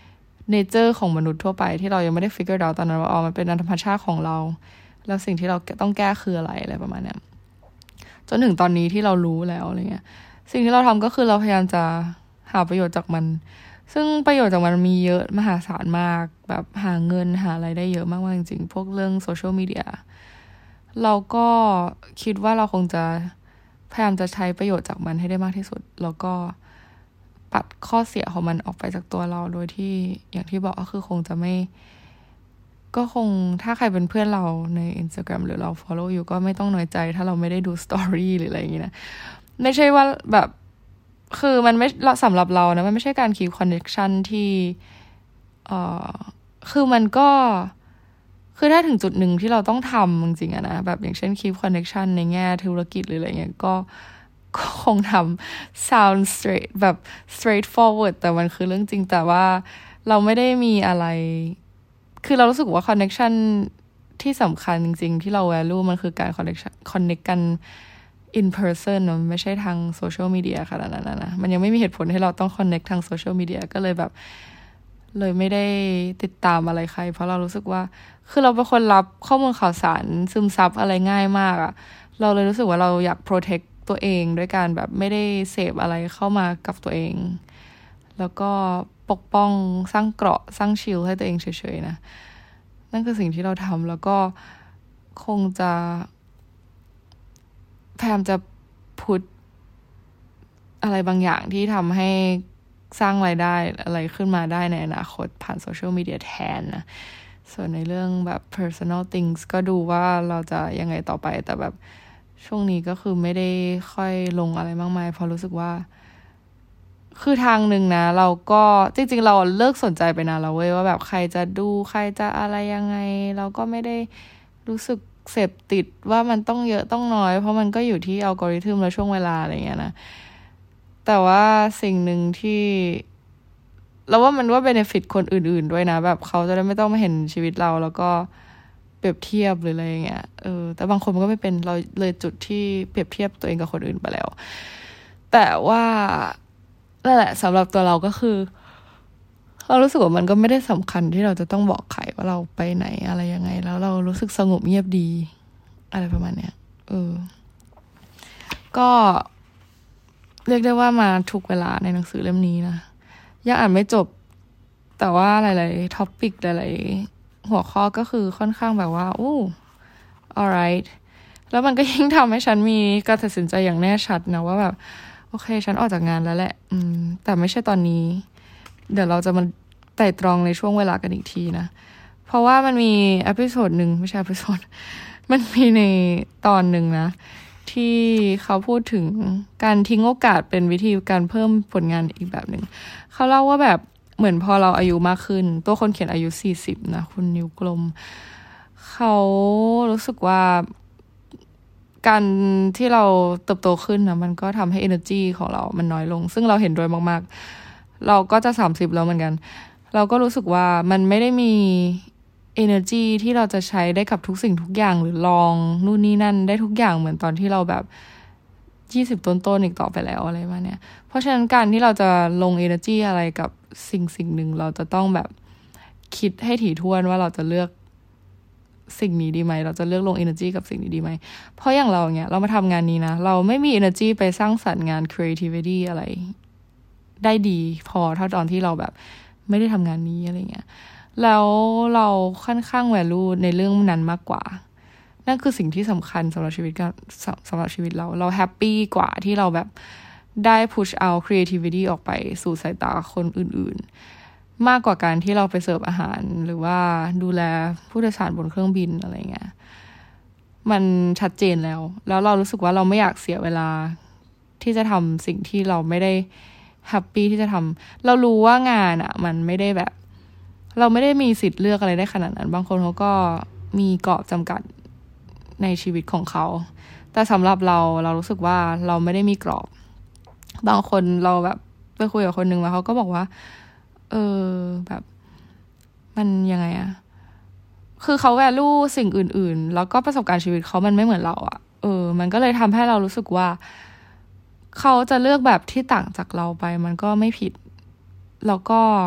เนเจอร์ของมนุษย์ทั่วไปที่เรายังไม่ได้ figure out ตอนนั้นว่าอ๋อมันเป็นธรรมชาติของเราแล้วสิ่งที่เราต้องแก้คืออะไรอะไรประมาณเนี้ยจนถึงตอนนี้ที่เรารู้แล้วอะไรเงี้ยสิ่งที่เราทำก็คือเราพยายามจะหาประโยชน์จากมันซึ่งประโยชน์จากมันมีเยอะมหาศาลมากแบบหาเงินหาอะไรได้เยอะมากๆจริงๆพวกเรื่องโซเชียลมีเดียเราก็คิดว่าเราคงจะพยายามจะใช้ประโยชน์จากมันให้ได้มากที่สุดแล้วก็ปัดข้อเสียของมันออกไปจากตัวเราโดยที่อย่างที่บอกก็คือคงจะไม่ก็คงถ้าใครเป็นเพื่อนเราใน Instagram หรือเรา follow อยู่ก็ไม่ต้องน้อยใจถ้าเราไม่ได้ดู story หรืออะไรอย่างงี้นะไม่ใช่ว่าแบบคือมันไม่สำหรับเรานะมันไม่ใช่การ keep connection ที่เอ่อคือมันก็คือถ้าถึงจุดหนึ่งที่เราต้องทำจริงๆอะนะแบบอย่างเช่น keep connection ในแง่ธุรกิจหรืออะไรเงี้ยก็ก็คงทำ sound straight แบบ straightforward แต่มันคือเรื่องจริงแต่ว่าเราไม่ได้มีอะไรคือเรารู้สึกว่า connection ที่สำคัญจริงๆที่เรา value มันคือการ connection connect กัน in person เนอะไม่ใช่ทางโซเชียลมีเดียขนาดนั้นนะมันยังไม่มีเหตุผลให้เราต้อง connect ทางโซเชียลมีเดียก็เลยแบบเลยไม่ได้ติดตามอะไรใครเพราะเรารู้สึกว่าคือเราเป็นคนรับข้อมูลข่าวสารซึมซับอะไรง่ายมากอะเราเลยรู้สึกว่าเราอยาก protect ตัวเองด้วยการแบบไม่ได้เสพอะไรเข้ามากับตัวเองแล้วก็ปกป้องสร้างเกราะสร้างชิลให้ตัวเองเฉยๆนะนั่นคือสิ่งที่เราทำแล้วก็คงจะพยายามจะพุทอะไรบางอย่างที่ทำให้สร้างรายได้อะไรขึ้นมาได้ในอนาคตผ่านโซเชียลมีเดียแทนนะส่วนในเรื่องแบบ personal things ก็ดูว่าเราจะยังไงต่อไปแต่แบบช่วงนี้ก็คือไม่ได้ค่อยลงอะไรมากมายเพราะรู้สึกว่าคือทางหนึ่งนะเราก็จริงๆเราเลิกสนใจไปนานแล้วเว้ยว่าแบบใครจะดูใครจะอะไรยังไงเราก็ไม่ได้รู้สึกเสพติดว่ามันต้องเยอะต้องน้อยเพราะมันก็อยู่ที่อัลกอริทึมและช่วงเวลาอะไรเงี้ยนะแต่ว่าสิ่งหนึ่งที่เราว่ามันว่าเบเนฟิตคนอื่นๆด้วยนะแบบเขาจะได้ไม่ต้องมาเห็นชีวิตเราแล้วก็เปรียบเทียบหรืออะไรเงี้ยเออแต่บางคนมันก็ไม่เป็นเราเลยจุดที่เปรียบเทียบตัวเองกับคนอื่นไปแล้วแต่ว่านั่นแหละสำหรับตัวเราก็คือเรารู้สึกว่ามันก็ไม่ได้สำคัญที่เราจะต้องบอกใครว่าเราไปไหนอะไรยังไงแล้วเรารู้สึกสงบเงียบดีอะไรประมาณเนี้ยเออก็เรียกได้ว่ามาถูกเวลาในหนังสือเล่มนี้นะยังอ่านไม่จบแต่ว่าหลายๆท็อปิกหลายๆหัวข้อก็คือค่อนข้างแบบว่าอู้ alright แล้วมันก็ยิ่งทำให้ฉันมีการตัดสินใจอย่างแน่ชัดนะว่าแบบโอเคฉันออกจากงานแล้วแหละอืมแต่ไม่ใช่ตอนนี้เดี๋ยวเราจะมาไต่ตรองในช่วงเวลากันอีกทีนะเพราะว่ามันมีเอพิโซดหนึ่งไม่ใช่เอพิโซดมันมีในตอนหนึ่งนะที่เขาพูดถึงการทิ้งโอกาสเป็นวิธีการเพิ่มผลงานอีกแบบหนึ่งเขาเล่าว่าแบบเหมือนพอเราอายุมากขึ้นตัวคนเขียนอายุสี่สิบนะคุณนิ้วกลมเขารู้สึกว่าการที่เราเติบโตขึ้นนะมันก็ทำให้ energy ของเรามันน้อยลงซึ่งเราเห็นด้วยมากๆเราก็จะสามสิบแล้วเหมือนกันเราก็รู้สึกว่ามันไม่ได้มี energy ที่เราจะใช้ได้กับทุกสิ่งทุกอย่างหรือลองนู่นนี่นั่นได้ทุกอย่างเหมือนตอนที่เราแบบยี่สิบต้นๆอีกต่อไปแล้วอะไรมาเนี่ยเพราะฉะนั้นการที่เราจะลง energy อะไรกับสิ่งสิ่งหนึ่งเราจะต้องแบบคิดให้ถี่ถ้วนว่าเราจะเลือกสิ่งนี้ดีไหมเราจะเลือกลง energy กับสิ่งนี้ดีไหมเพราะอย่างเราเนี้ยเรามาทำงานนี้นะเราไม่มี energy ไปสร้างสรรค์งาน creativity อะไรได้ดีพอเท่าตอนที่เราแบบไม่ได้ทำงานนี้อะไรเงี้ยแล้วเราค่อนข้าง value ในเรื่องนั้นมากกว่านั่นคือสิ่งที่สำคัญสำหรับชีวิตกันสำหรับชีวิตเราเราแฮปปี้กว่าที่เราแบบได้ push out creativity ออกไปสู่สายตาคนอื่นๆมากกว่าการที่เราไปเสิร์ฟอาหารหรือว่าดูแลผู้โดยสารบนเครื่องบินอะไรเงี้ยมันชัดเจนแล้วแล้วเรารู้สึกว่าเราไม่อยากเสียเวลาที่จะทำสิ่งที่เราไม่ได้แฮปปี้ที่จะทำเรารู้ว่างานอ่ะมันไม่ได้แบบเราไม่ได้มีสิทธิ์เลือกอะไรได้ขนาดนั้นบางคนเขาก็มีกรอบจำกัดในชีวิตของเขาแต่สำหรับเราเรารู้สึกว่าเราไม่ได้มีกรอบบางคนเราแบบไปคุยกับคนนึงมาเขาก็บอกว่าเออแบบมันยังไงอะคือเขาแวลูสิ่งอื่นๆแล้วก็ประสบการณ์ชีวิตเขามันไม่เหมือนเราอะเออมันก็เลยทำให้เรารู้สึกว่าเขาจะเลือกแบบที่ต่างจากเราไปมันก็ไม่ผิดแล้วก็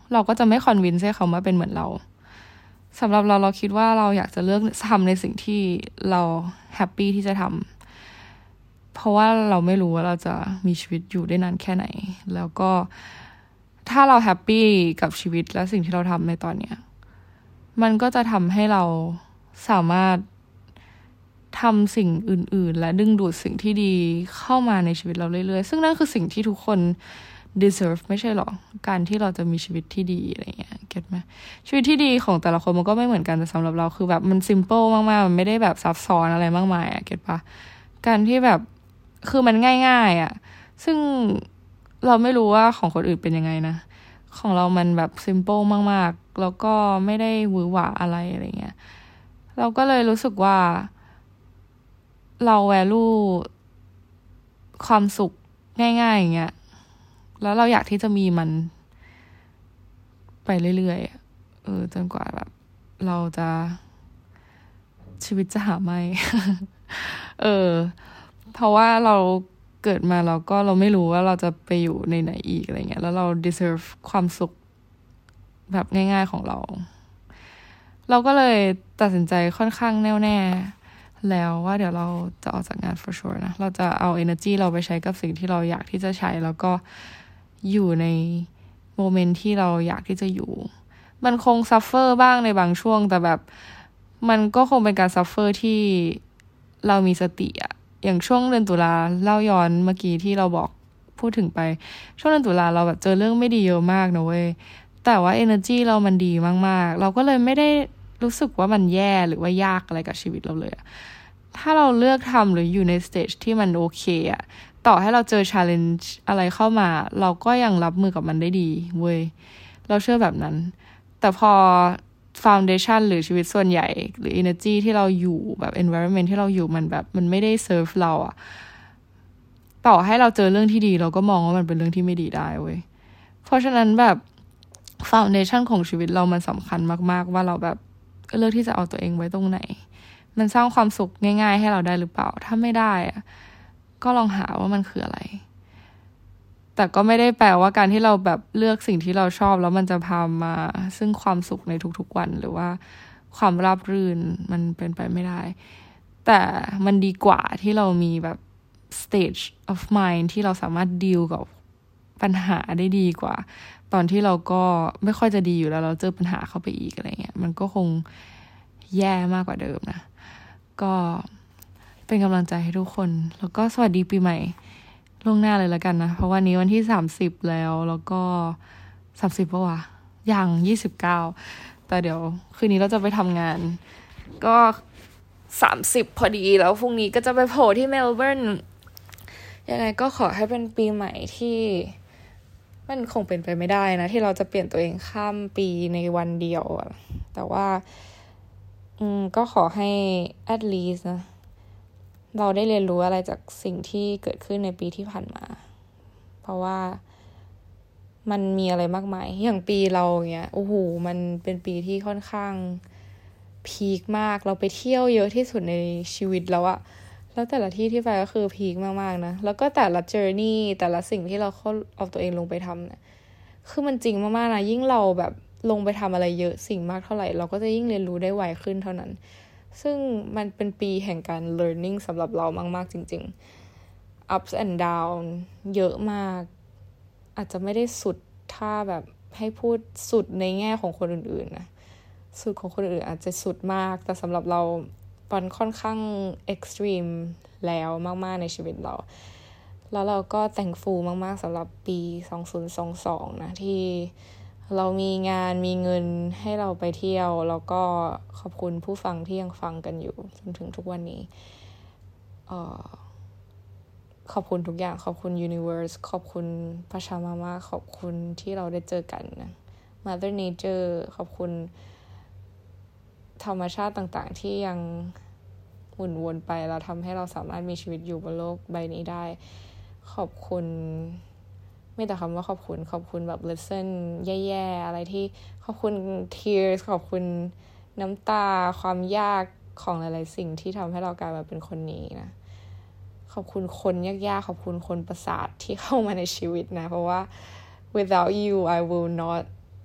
เราก็จะไม่คอนวินส์ให้เขามาเป็นเหมือนเราสำหรับเราเราคิดว่าเราอยากจะเลือกทำในสิ่งที่เราแฮปปี้ที่จะทำเพราะว่าเราไม่รู้ว่าเราจะมีชีวิตอยู่ได้นานแค่ไหนแล้วก็ถ้าเราแฮปปี้กับชีวิตและสิ่งที่เราทำในตอนเนี้ยมันก็จะทำให้เราสามารถทำสิ่งอื่นๆและดึงดูดสิ่งที่ดีเข้ามาในชีวิตเราเรื่อยๆซึ่งนั่นคือสิ่งที่ทุกคน deserve ไม่ใช่หรอการที่เราจะมีชีวิตที่ดีอะไรเงี้ยเก็ทไหมชีวิตที่ดีของแต่ละคนมันก็ไม่เหมือนกันแต่สำหรับเราคือแบบมัน simple มากๆมันไม่ได้แบบซับซ้อนอะไรมากมายอะเก็ทปะการที่แบบคือมันง่ายๆอะซึ่งเราไม่รู้ว่าของคนอื่นเป็นยังไงนะของเรามันแบบ simple มากๆแล้วก็ไม่ได้หวือหวาอะไรอะไรเงี้ยเราก็เลยรู้สึกว่าเรา value ความสุขง่ายๆอย่างเงี้ยแล้วเราอยากที่จะมีมันไปเรื่อยๆเออจนกว่าแบบเราจะชีวิตจะหาไม่ เออเพราะว่าเราเกิดมาเราก็เราไม่รู้ว่าเราจะไปอยู่ในไหนอีกอะไรเงี้ยแล้วเรา deserve ความสุขแบบง่ายๆของเราเราก็เลยตัดสินใจค่อนข้างแน่วแน่แล้วว่าเดี๋ยวเราจะออกจากงาน for sure นะเราจะเอา energy เราไปใช้กับสิ่งที่เราอยากที่จะใช้แล้วก็อยู่ในโมเมนต์ที่เราอยากที่จะอยู่มันคง suffer บ้างในบางช่วงแต่แบบมันก็คงเป็นการ suffer ที่เรามีสติอะอย่างช่วงเดือนตุลาเล่าย้อนเมื่อกี้ที่เราบอกพูดถึงไปช่วงเดือนตุลาเราแบบเจอเรื่องไม่ดีเยอะมากนะเว้ยแต่ว่า energy เรามันดีมากๆเราก็เลยไม่ได้รู้สึกว่ามันแย่หรือว่ายากอะไรกับชีวิตเราเลยอะถ้าเราเลือกทำหรืออยู่ในสเตจที่มันโอเคอะต่อให้เราเจอ challenge อะไรเข้ามาเราก็ยังรับมือกับมันได้ดีเว้ยเราเชื่อแบบนั้นแต่พอ foundation หรือชีวิตส่วนใหญ่หรือ energy ที่เราอยู่แบบ environment ที่เราอยู่มันแบบมันไม่ได้ serve เราอะต่อให้เราเจอเรื่องที่ดีเราก็มองว่ามันเป็นเรื่องที่ไม่ดีได้เว้ยเพราะฉะนั้นแบบ foundation ของชีวิตเรามันสำคัญมากๆว่าเราแบบเลือกที่จะเอาตัวเองไว้ตรงไหนมันสร้างความสุขง่ายๆให้เราได้หรือเปล่าถ้าไม่ได้อะก็ลองหาว่ามันคืออะไรแต่ก็ไม่ได้แปลว่าการที่เราแบบเลือกสิ่งที่เราชอบแล้วมันจะพามาซึ่งความสุขในทุกๆวันหรือว่าความราบรื่นมันเป็นไปไม่ได้แต่มันดีกว่าที่เรามีแบบ stage of mind ที่เราสามารถดีลกับปัญหาได้ดีกว่าตอนที่เราก็ไม่ค่อยจะดีอยู่แล้วเราเจอปัญหาเข้าไปอีกอะไรเงี้ยมันก็คงแย่มากกว่าเดิมนะก็เป็นกำลังใจให้ทุกคนแล้วก็สวัสดีปีใหม่ล่วงหน้าเลยแล้วกันนะเพราะวันนี้วันที่สามสิบแล้วแล้วก็สามสิบป่ะวะยังยี่สิบเก้าแต่เดี๋ยวคืนนี้เราจะไปทำงานก็สามสิบพอดีแล้วพรุ่งนี้ก็จะไปโผล่ที่เมลเบิร์นยังไงก็ขอให้เป็นปีใหม่ที่มันคงเป็นไปไม่ได้นะที่เราจะเปลี่ยนตัวเองข้ามปีในวันเดียวแต่ว่าอืมก็ขอให้ at least นะเราได้เรียนรู้อะไรจากสิ่งที่เกิดขึ้นในปีที่ผ่านมาเพราะว่ามันมีอะไรมากมายอย่างปีเราเงี้ยโอ้โหมันเป็นปีที่ค่อนข้างพีคมากเราไปเที่ยวเยอะที่สุดในชีวิตแล้วอะแล้วแต่ละที่ที่ไปก็คือพีคมากๆนะแล้วก็แต่ละ journey แต่ละสิ่งที่เราเอาตัวเองลงไปทำเนี่ยคือมันจริงมากๆนะยิ่งเราแบบลงไปทำอะไรเยอะสิ่งมากเท่าไหร่เราก็จะยิ่งเรียนรู้ได้ไวขึ้นเท่านั้นซึ่งมันเป็นปีแห่งการ learning สำหรับเรามากๆจริงๆ ups and down เยอะมากอาจจะไม่ได้สุดถ้าแบบให้พูดสุดในแง่ของคนอื่นๆนะสุดของคนอื่นอาจจะสุดมากแต่สำหรับเราตอนค่อนข้าง extreme แล้วมากๆในชีวิตเราแล้วเราก็ thankful มากๆสำหรับปีสองพันยี่สิบสองนะที่เรามีงานมีเงินให้เราไปเที่ยวแล้วก็ขอบคุณผู้ฟังที่ยังฟังกันอยู่จนถึงทุกวันนี้เอ่อขอบคุณทุกอย่างขอบคุณ Universe ขอบคุณพระชามาม่าขอบคุณที่เราได้เจอกันนะ Mother Nature ขอบคุณธรรมชาติต่างๆที่ยังหมุนวนไปแล้วทำให้เราสามารถมีชีวิตอยู่บนโลกใบนี้ได้ขอบคุณไม่แต่คำว่าขอบคุณขอบคุณแบบ lesson แย่ๆอะไรที่ขอบคุณ tears ขอบคุณน้ำตาความยากของหลายๆสิ่งที่ทำให้เรากลายมาเป็นคนนี้นะขอบคุณคนยากๆขอบคุณคนประสาทที่เข้ามาในชีวิตนะเพราะว่า without you I will not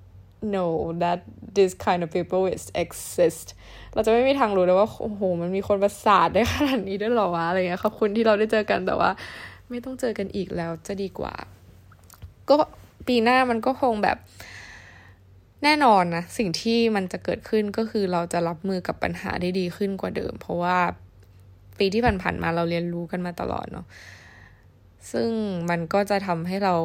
know that this kind of people exist เราจะไม่มีทางรู้เลยว่าโอ้โหมันมีคนประสาทได้ขนาดนี้ด้วยหรอวะอะไรเงี้ยขอบคุณที่เราได้เจอกันแต่ว่าไม่ต้องเจอกันอีกแล้วจะดีกว่าก็ปีหน้ามันก็คงแบบแน่นอนนะสิ่งที่มันจะเกิดขึ้นก็คือเราจะรับมือกับปัญหาได้ดีขึ้นกว่าเดิมเพราะว่าปีที่ผ่านๆมาเราเรียนรู้กันมาตลอดเนาะซึ่งมันก็จะทำให้เรา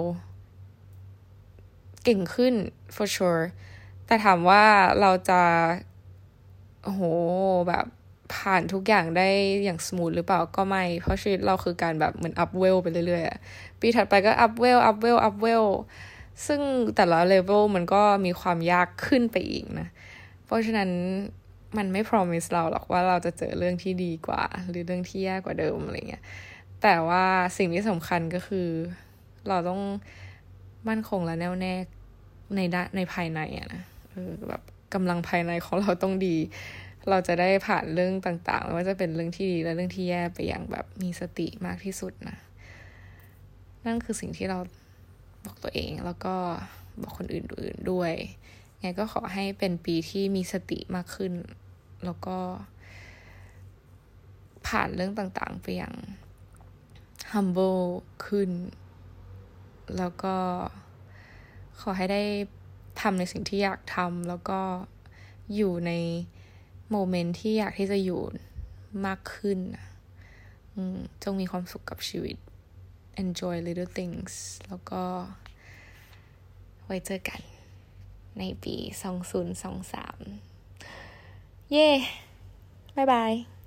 เก่งขึ้น for sure แต่ถามว่าเราจะโอ้โหแบบผ่านทุกอย่างได้อย่าง smooth หรือเปล่าก็ไม่เพราะชีวิตเราคือการแบบเหมือน up well ไปเรื่อยๆปีถัดไปก็ up well up well up well ซึ่งแต่ละ level มันก็มีความยากขึ้นไปอีกนะเพราะฉะนั้นมันไม่ promise เราหรอกว่าเราจะเจอเรื่องที่ดีกว่าหรือเรื่องที่แย่กว่าเดิมอะไรเงี้ยแต่ว่าสิ่งที่สำคัญก็คือเราต้องมั่นคงและแน่วแน่ในด้านในภายในอะนะเออแบบกำลังภายในของเราต้องดีเราจะได้ผ่านเรื่องต่างๆไม่ว่าจะเป็นเรื่องที่ดีและเรื่องที่แย่ไปอย่างแบบมีสติมากที่สุดนะนั่นคือสิ่งที่เราบอกตัวเองแล้วก็บอกคนอื่นๆด้วยไงก็ขอให้เป็นปีที่มีสติมากขึ้นแล้วก็ผ่านเรื่องต่างๆไปอย่าง humble ขึ้นแล้วก็ขอให้ได้ทำในสิ่งที่อยากทำแล้วก็อยู่ในโมเมนต์ที่อยากที่จะอยู่มากขึ้นจงมีความสุขกับชีวิต enjoy little things แล้วก็ไว้เจอกันในปีสองพันยี่สิบสามเย้บ๊ายบาย